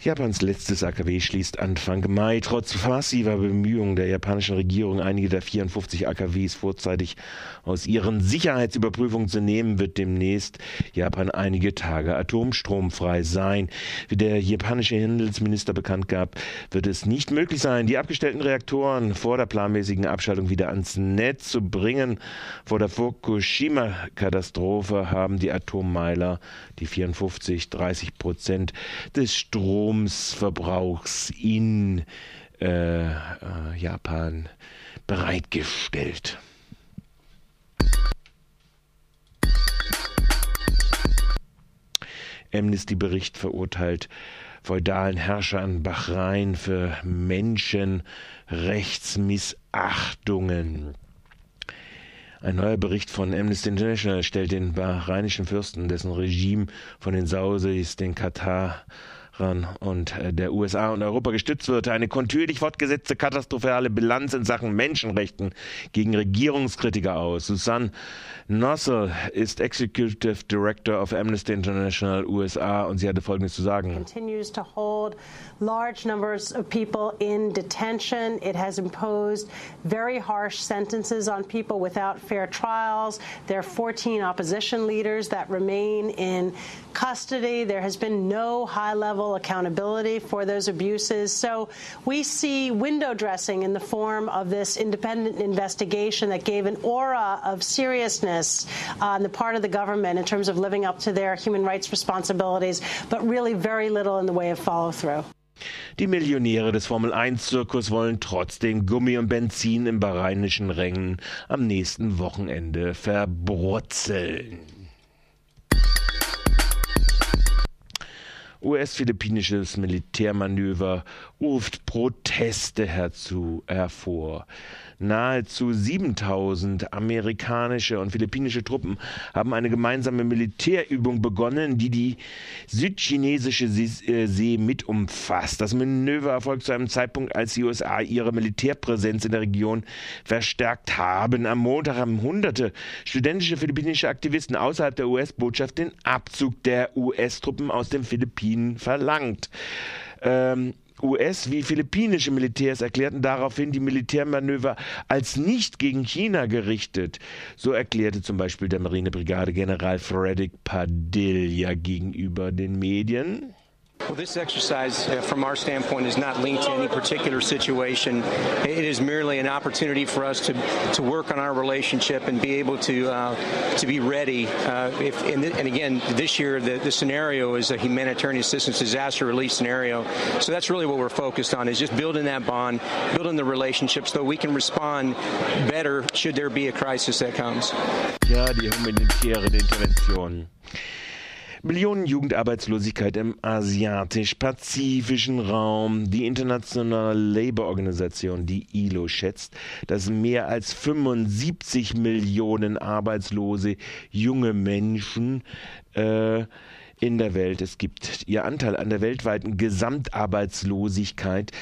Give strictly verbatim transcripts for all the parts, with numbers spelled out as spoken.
Japans letztes A K W schließt Anfang Mai. Trotz massiver Bemühungen der japanischen Regierung, einige der vierundfünfzig A K Ws vorzeitig aus ihren Sicherheitsüberprüfungen zu nehmen, wird demnächst Japan einige Tage atomstromfrei sein. Wie der japanische Handelsminister bekannt gab, wird es nicht möglich sein, die abgestellten Reaktoren vor der planmäßigen Abschaltung wieder ans Netz zu bringen. Vor der Fukushima-Katastrophe haben die Atommeiler die vierundfünfzig, dreißig Prozent des Stromverbrauchs in äh, äh, Japan bereitgestellt. Amnesty-Bericht verurteilt feudalen Herrscher in Bahrain für Menschenrechtsmissachtungen. Ein neuer Bericht von Amnesty International stellt den bahrainischen Fürsten, dessen Regime von den Saudis, den Katarern und der U S A und Europa gestützt wird, eine kontinuierlich fortgesetzte katastrophale Bilanz in Sachen Menschenrechten gegen Regierungskritiker aus. Susan Nossel ist Executive Director of Amnesty International U S A und sie hatte Folgendes zu sagen. Continues to hold large numbers of people in detention. It has imposed very harsh sentences on people without fair trials. There are fourteen opposition leaders that remain in custody. There has been no high-level accountability for those abuses. So we see window dressing in the form of this independent investigation that gave an aura of seriousness on the part of the government in terms of living up to their human rights responsibilities, but really very little in the way of follow-through. Die Millionäre des Formel eins Zirkus wollen trotzdem Gummi und Benzin im bahrainischen Rängen am nächsten Wochenende verbrutzeln. U S-philippinisches Militärmanöver ruft Proteste herzu, hervor. Nahezu siebentausend amerikanische und philippinische Truppen haben eine gemeinsame Militärübung begonnen, die die südchinesische See mit umfasst. Das Manöver erfolgt zu einem Zeitpunkt, als die U S A ihre Militärpräsenz in der Region verstärkt haben. Am Montag haben hunderte studentische philippinische Aktivisten außerhalb der U S-Botschaft den Abzug der U S-Truppen aus den Philippinen verlangt. Ähm, U S- wie philippinische Militärs erklärten daraufhin die Militärmanöver als nicht gegen China gerichtet. So erklärte zum Beispiel der Marinebrigadegeneral Frederick Padilla gegenüber den Medien. Well, this exercise, uh, from our standpoint, is not linked to any particular situation. It is merely an opportunity for us to to work on our relationship and be able to uh, to be ready. Uh, if and, th- and again, this year the, the scenario is a humanitarian assistance disaster relief scenario. So that's really what we're focused on: is just building that bond, building the relationship, so we can respond better should there be a crisis that comes. Ja, die humanitäre Intervention. Millionen Jugendarbeitslosigkeit im asiatisch-pazifischen Raum. Die Internationale Labour-Organisation, die I L O, schätzt, dass mehr als fünfundsiebzig Millionen arbeitslose junge Menschen äh, in der Welt es gibt. Ihr Anteil an der weltweiten Gesamtarbeitslosigkeit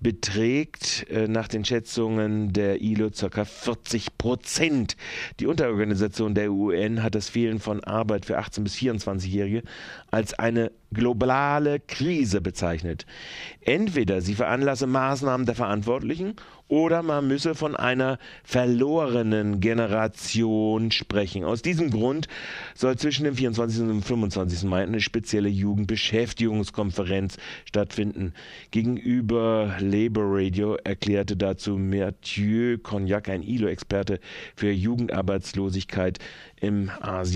beträgt äh, nach den Schätzungen der I L O ca. vierzig Prozent. Die Unterorganisation der U N hat das Fehlen von Arbeit für achtzehn- bis vierundzwanzigjährige als eine globale Krise bezeichnet. Entweder sie veranlasse Maßnahmen der Verantwortlichen oder man müsse von einer verlorenen Generation sprechen. Aus diesem Grund soll zwischen dem vierundzwanzigsten und dem fünfundzwanzigsten Mai eine spezielle Jugendbeschäftigungskonferenz stattfinden. Gegenüber Labour Radio erklärte dazu Mathieu Cognac, ein I L O-Experte für Jugendarbeitslosigkeit im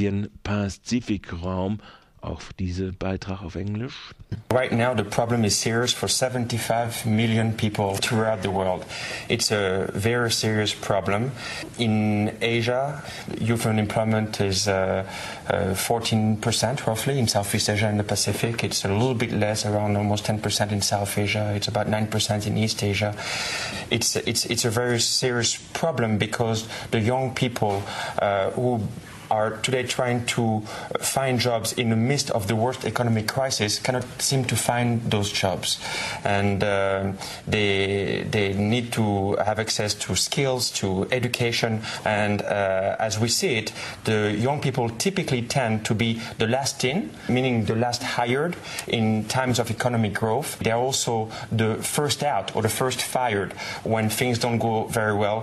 Asien-Pazifik-Raum. Auch dieser Beitrag auf Englisch. Right now the problem is serious for seventy-five million people throughout the world. It's a very serious problem. In Asia, youth unemployment is uh, uh, fourteen percent roughly. In Southeast Asia and the Pacific, it's a little bit less, around almost ten percent in South Asia. It's about nine percent in East Asia. It's, it's, it's a very serious problem because the young people uh, who are today trying to find jobs in the midst of the worst economic crisis cannot seem to find those jobs. And uh, they, they need to have access to skills, to education, and uh, as we see it, the young people typically tend to be the last in, meaning the last hired in times of economic growth. They are also the first out or the first fired when things don't go very well.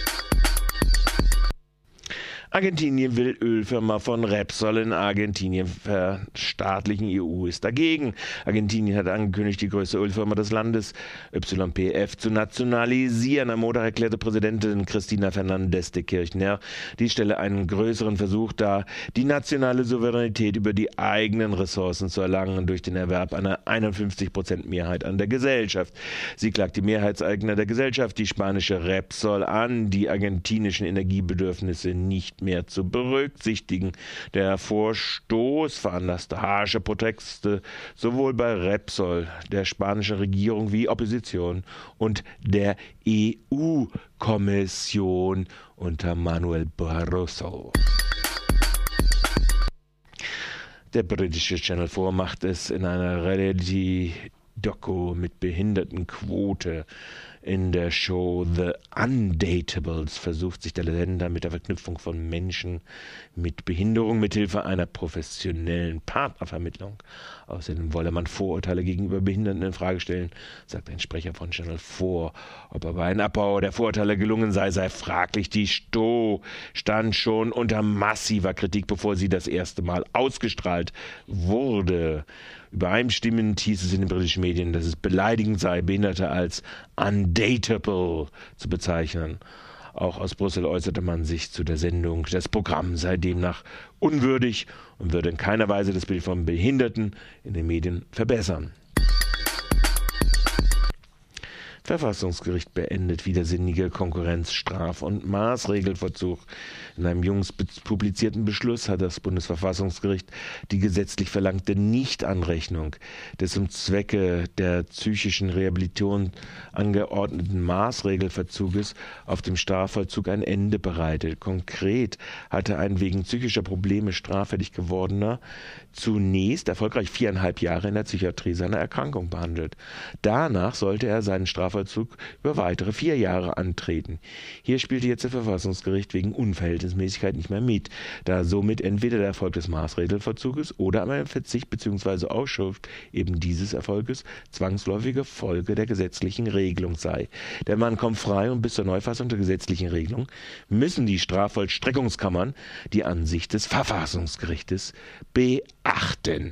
Argentinien will Ölfirma von Repsol in Argentinien verstaatlichen. E U ist dagegen. Argentinien hat angekündigt, die größte Ölfirma des Landes, Y P F, zu nationalisieren. Am Montag erklärte Präsidentin Cristina Fernández de Kirchner, dies stelle einen größeren Versuch dar, die nationale Souveränität über die eigenen Ressourcen zu erlangen durch den Erwerb einer einundfünfzig Prozent Mehrheit an der Gesellschaft. Sie klagt die Mehrheitseigner der Gesellschaft, die spanische Repsol, an, die argentinischen Energiebedürfnisse nicht mehr zu berücksichtigen. Der Vorstoß veranlasste harsche Proteste sowohl bei Repsol, der spanischen Regierung wie Opposition und der E U-Kommission unter Manuel Barroso. Der britische Channel vier macht es in einer Reality-Doku mit Behindertenquote. In der Show The Undatables versucht sich der Sender mit der Verknüpfung von Menschen mit Behinderung mithilfe einer professionellen Partnervermittlung. Außerdem wolle man Vorurteile gegenüber Behinderten in Frage stellen, sagt ein Sprecher von Channel vier. Ob aber ein Abbau der Vorurteile gelungen sei, sei fraglich. Die Show stand schon unter massiver Kritik, bevor sie das erste Mal ausgestrahlt wurde. Übereinstimmend hieß es in den britischen Medien, dass es beleidigend sei, Behinderte als undatable zu bezeichnen. Auch aus Brüssel äußerte man sich zu der Sendung. Das Programm sei demnach unwürdig und würde in keiner Weise das Bild von Behinderten in den Medien verbessern. Verfassungsgericht beendet widersinnige Konkurrenz-, Straf- und Maßregelvollzug. In einem jüngst publizierten Beschluss hat das Bundesverfassungsgericht die gesetzlich verlangte Nichtanrechnung des zum Zwecke der psychischen Rehabilitation angeordneten Maßregelverzuges auf dem Strafvollzug ein Ende bereitet. Konkret hatte ein wegen psychischer Probleme straffällig gewordener zunächst erfolgreich viereinhalb Jahre in der Psychiatrie seine Erkrankung behandelt. Danach sollte er seinen Strafvollzug über weitere vier Jahre antreten. Hier spielte jetzt das Verfassungsgericht wegen Unverhältnismäßigkeit nicht mehr mit, da somit entweder der Erfolg des Maßregelverzuges oder ein Verzicht bzw. Ausschub eben dieses Erfolges zwangsläufige Folge der gesetzlichen Regelung sei. Der Mann kommt frei und bis zur Neufassung der gesetzlichen Regelung müssen die Strafvollstreckungskammern die Ansicht des Verfassungsgerichtes beachten.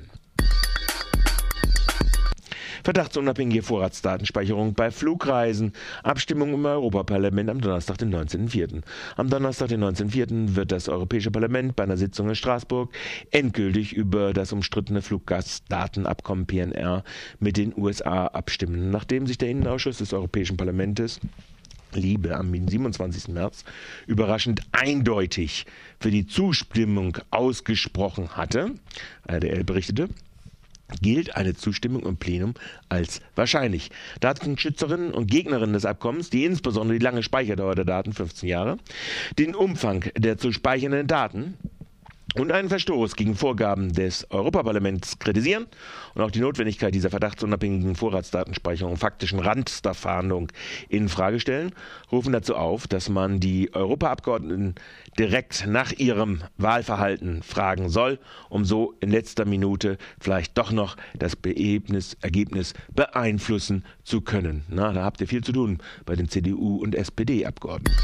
Verdachtsunabhängige Vorratsdatenspeicherung bei Flugreisen. Abstimmung im Europaparlament am Donnerstag, den neunzehnten vierten Am Donnerstag, den neunzehnten vierten wird das Europäische Parlament bei einer Sitzung in Straßburg endgültig über das umstrittene Fluggastdatenabkommen P N R mit den U S A abstimmen. Nachdem sich der Innenausschuss des Europäischen Parlaments Liebe am siebenundzwanzigsten März überraschend eindeutig für die Zustimmung ausgesprochen hatte, R D L berichtete, gilt eine Zustimmung im Plenum als wahrscheinlich. Datenschützerinnen und Gegnerinnen des Abkommens, die insbesondere die lange Speicherdauer der Daten, fünfzehn Jahre, den Umfang der zu speichernden Daten und einen Verstoß gegen Vorgaben des Europaparlaments kritisieren und auch die Notwendigkeit dieser verdachtsunabhängigen Vorratsdatenspeicherung und faktischen Rasterfahndung in Frage stellen, rufen dazu auf, dass man die Europaabgeordneten direkt nach ihrem Wahlverhalten fragen soll, um so in letzter Minute vielleicht doch noch das Ergebnis, Ergebnis beeinflussen zu können. Na, da habt ihr viel zu tun bei den C D U- und S P D-Abgeordneten.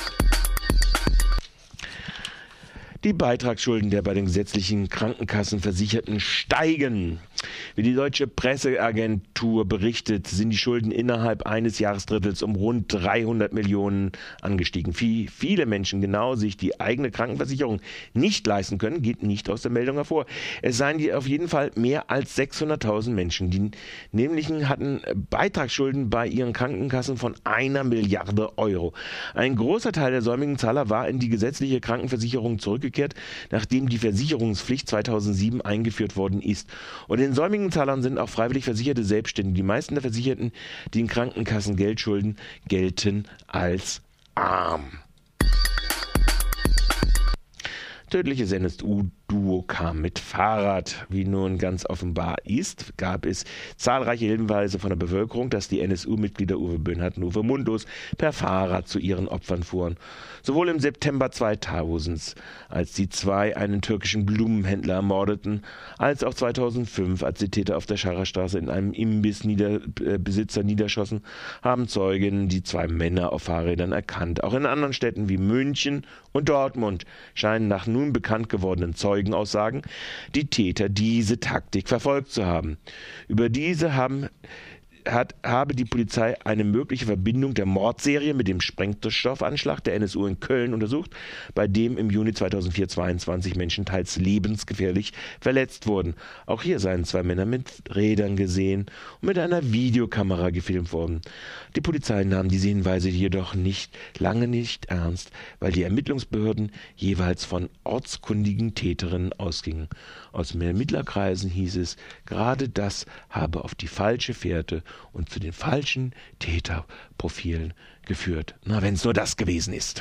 Die Beitragsschulden der bei den gesetzlichen Krankenkassen Versicherten steigen. Wie die deutsche Presseagentur berichtet, sind die Schulden innerhalb eines Jahresdrittels um rund dreihundert Millionen angestiegen. Wie viele Menschen genau sich die eigene Krankenversicherung nicht leisten können, geht nicht aus der Meldung hervor. Es seien die auf jeden Fall mehr als sechshunderttausend Menschen. Die nämlichen hatten Beitragsschulden bei ihren Krankenkassen von einer Milliarde Euro. Ein großer Teil der säumigen Zahler war in die gesetzliche Krankenversicherung zurückgekehrt, nachdem die Versicherungspflicht zweitausendsieben eingeführt worden ist. Und in säumigen Zahlern sind auch freiwillig versicherte Selbstständige. Die meisten der Versicherten, die in Krankenkassen Geld schulden, gelten als arm. Tödliches N S U-Duo kam mit Fahrrad. Wie nun ganz offenbar ist, gab es zahlreiche Hinweise von der Bevölkerung, dass die N S U-Mitglieder Uwe Böhnhardt und Uwe Mundus per Fahrrad zu ihren Opfern fuhren. Sowohl im September zweitausend, als die zwei einen türkischen Blumenhändler ermordeten, als auch zweitausendfünf, als die Täter auf der Scharerstraße in einem Imbissbesitzer niederschossen, haben Zeugen die zwei Männer auf Fahrrädern erkannt. Auch in anderen Städten wie München und Dortmund scheinen nach nun bekannt gewordenen Zeugenaussagen die Täter diese Taktik verfolgt zu haben. Über diese haben Hat, habe die Polizei eine mögliche Verbindung der Mordserie mit dem Sprengstoffanschlag der N S U in Köln untersucht, bei dem im Juni zweitausendvier zweiundzwanzig Menschen teils lebensgefährlich verletzt wurden. Auch hier seien zwei Männer mit Rädern gesehen und mit einer Videokamera gefilmt worden. Die Polizei nahm diese Hinweise jedoch nicht lange nicht ernst, weil die Ermittlungsbehörden jeweils von ortskundigen Täterinnen ausgingen. Aus den Ermittlerkreisen hieß es, gerade das habe auf die falsche Fährte und zu den falschen Täterprofilen geführt. Na, wenn es nur das gewesen ist.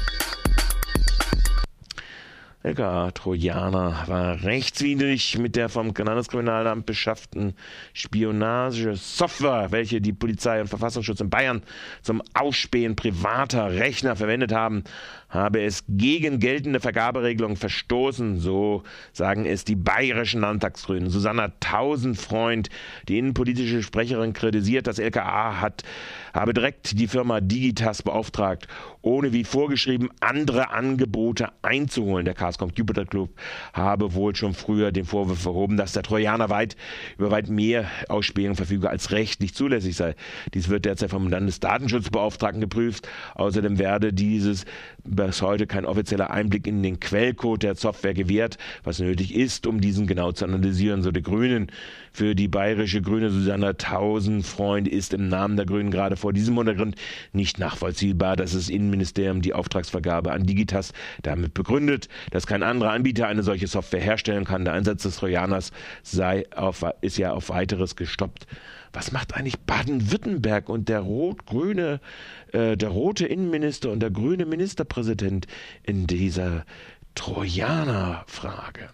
L K A-Trojaner war rechtswidrig mit der vom Landeskriminalamt beschafften Spionagesoftware, welche die Polizei und Verfassungsschutz in Bayern zum Ausspähen privater Rechner verwendet haben, habe es gegen geltende Vergaberegelungen verstoßen, so sagen es die bayerischen Landtagsgrünen. Susanna Tausendfreund, die innenpolitische Sprecherin, kritisiert, das L K A hat, habe direkt die Firma Digitas beauftragt, ohne wie vorgeschrieben andere Angebote einzuholen. Der Chaos Computer Club habe wohl schon früher den Vorwurf erhoben, dass der Trojaner weit über weit mehr Ausspähungen verfüge, als rechtlich zulässig sei. Dies wird derzeit vom Landesdatenschutzbeauftragten geprüft. Außerdem werde dieses bis heute kein offizieller Einblick in den Quellcode der Software gewährt, was nötig ist, um diesen genau zu analysieren, so die Grünen. Für die bayerische Grüne Susanna Tausendfreund ist im Namen der Grünen gerade vor diesem Hintergrund nicht nachvollziehbar, dass das Innenministerium die Auftragsvergabe an Digitas damit begründet, dass kein anderer Anbieter eine solche Software herstellen kann. Der Einsatz des Trojaners sei auf, ist ja auf weiteres gestoppt. Was macht eigentlich Baden-Württemberg und der rot-grüne, äh, der rote Innenminister und der grüne Ministerpräsident in dieser Trojaner-Frage?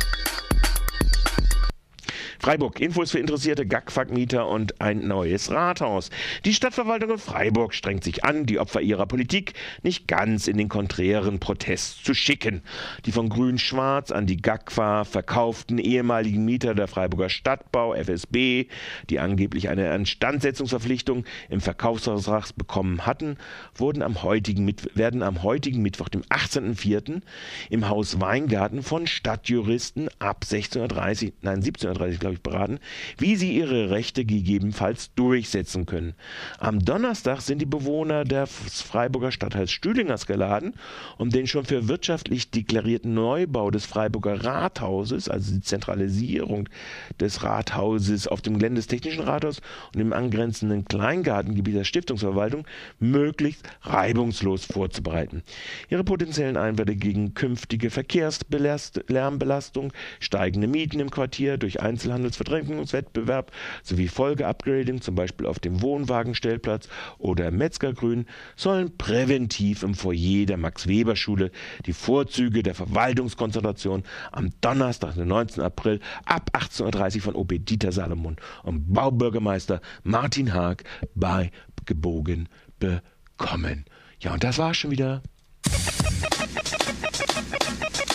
Freiburg, Infos für interessierte Gackfack-Mieter und ein neues Rathaus. Die Stadtverwaltung in Freiburg strengt sich an, die Opfer ihrer Politik nicht ganz in den konträren Protest zu schicken. Die von Grün-Schwarz an die Gagfa verkauften ehemaligen Mieter der Freiburger Stadtbau, F S B, die angeblich eine Instandsetzungsverpflichtung im Verkaufsvertrag bekommen hatten, wurden am heutigen, werden am heutigen Mittwoch, dem achtzehnten vierten im Haus Weingarten von Stadtjuristen ab sechzehn Uhr dreißig, nein siebzehn Uhr dreißig, glaube ich, beraten, wie sie ihre Rechte gegebenenfalls durchsetzen können. Am Donnerstag sind die Bewohner des Freiburger Stadtteils Stühlingers geladen, um den schon für wirtschaftlich deklarierten Neubau des Freiburger Rathauses, also die Zentralisierung des Rathauses auf dem Gelände des Technischen Rathauses und im angrenzenden Kleingartengebiet der Stiftungsverwaltung, möglichst reibungslos vorzubereiten. Ihre potenziellen Einwände gegen künftige Verkehrslärmbelastung, steigende Mieten im Quartier durch Einzelhandelsverdrängungswettbewerb sowie Folgeupgrading, zum Beispiel auf dem Wohnwagenstellplatz oder im Metzgergrün, sollen präventiv im Foyer der Max-Weber-Schule die Vorzüge der Verwaltungskonzentration am Donnerstag, den neunzehnten April ab achtzehn Uhr dreißig von O B Dieter Salomon und Baubürgermeister Martin Haag beigebogen bekommen. Ja, und das war's schon wieder.